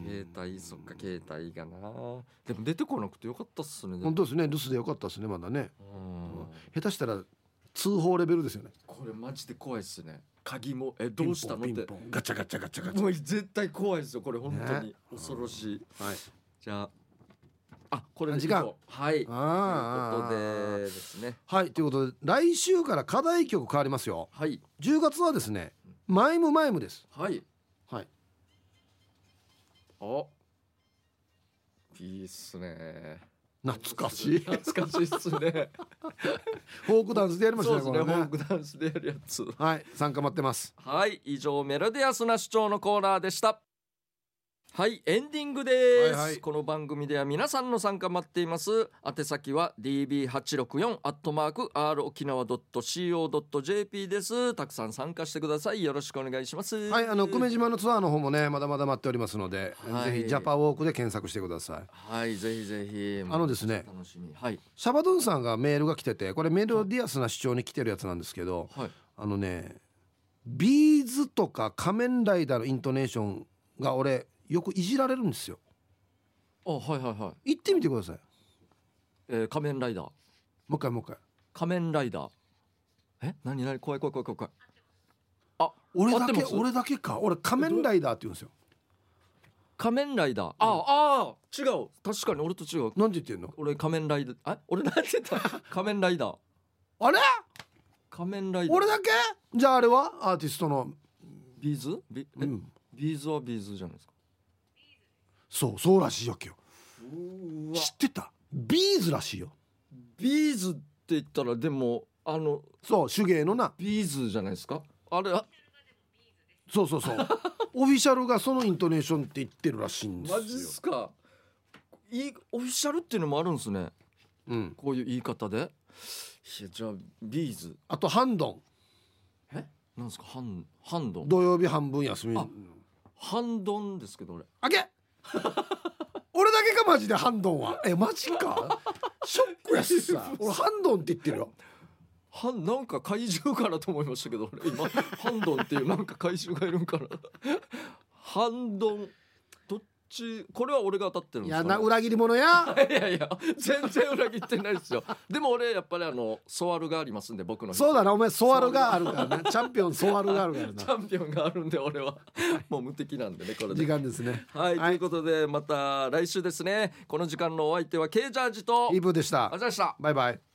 携帯、そっか携帯がな。でも出てこなくてよかったっすね。 本当ですね。留守でよかったっすね。まだね。うん、下手したら通報レベルですよね。 これマジで怖いっすね。鍵もえどうしたのってガチャガチャガチャガチャ。 もう絶対怖いですよこれ本当に、ね、恐ろしい。はい。じゃあ。あ、これ時間はい。あということでですね。 はい、ということで来週から課題曲変わりますよ。 はい。 じゅうがつはですね、マイムマイムです。 はいはい。 あ、いいっすね。 懐かしい。 懐かしいっすね。 フォークダンスでやりましたね。 そうですね、フォークダンスでやるやつ。 はい、参加待ってます。 はい、以上メロディアスな主張のコーナーでした。はい、エンディングです、はいはい、この番組では皆さんの参加待っています。宛先は ディービーはちろくよん アットマーク アール 沖縄 ドット シーオー ドット ジェーピー です。たくさん参加してください。よろしくお願いします。 はい、あの久米島のツアーの方もねまだまだ待っておりますので、はい、ぜひジャパウォークで検索してください。 はい、ぜひぜひ。 あのですね、 楽しみ。はい、 シャバドゥンさんがメールが来てて、これメロディアスな主張に来てるやつなんですけど、はい、あのねビーズとか仮面ライダーのイントネーションが俺よくいじられるんですよ。 あ、はいはいはい。 言ってみてください。 えー、仮面ライダー。もう一回もう一回。 仮面ライダー。え、何何怖い怖い怖い怖い怖い。あ、 俺だけ俺だけか。俺仮面ライダーって言うんですよ。 仮面ライダー、ああ違う、確かに俺と違う。 なんて言ってんの？ 俺仮面ライダー、あ俺なんて言った仮面ライダー、 あれ仮面ライダー俺だけ？じゃああれはアーティストのビーズビ、え、うん、ビーズはビーズじゃないですか。 そうそうらしいよ今日。知ってた？ビーズらしいよ。 ビーズって言ったらでもあのそう手芸のなビーズじゃないですかあれ。あそうそうそうオフィシャルがそのイントネーションって言ってるらしいんですよ。 マジっすか。いいオフィシャルっていうのもあるんですね、 うん、 こういう言い方で。いやじゃあビーズ、 あとハンドン。 えなんですかハンハンドン。 土曜日半分休み。 あハンドンですけど俺あげ俺だけかマジでハンドンは。えマジかショックやしさ俺ハンドンって言ってるよ。 はなんか怪獣かなと思いましたけど俺今ハンドンっていうなんか怪獣がいるんかなハンドンどっち、これは俺が当たってるんですか、ね、 いやな裏切り者やいやいや全然裏切ってないですよでも俺やっぱりあのソワルがありますんで僕の。 そうだなお前ソワルがあるからなチャンピオンソワルがあるからなチャンピオンがあるんで俺はもう無敵なんでねこれで時間ですね。 はい、はい、ということでまた来週ですね。この時間のお相手はケイジャージとイブでした。 ありがとうございました。 バイバイ。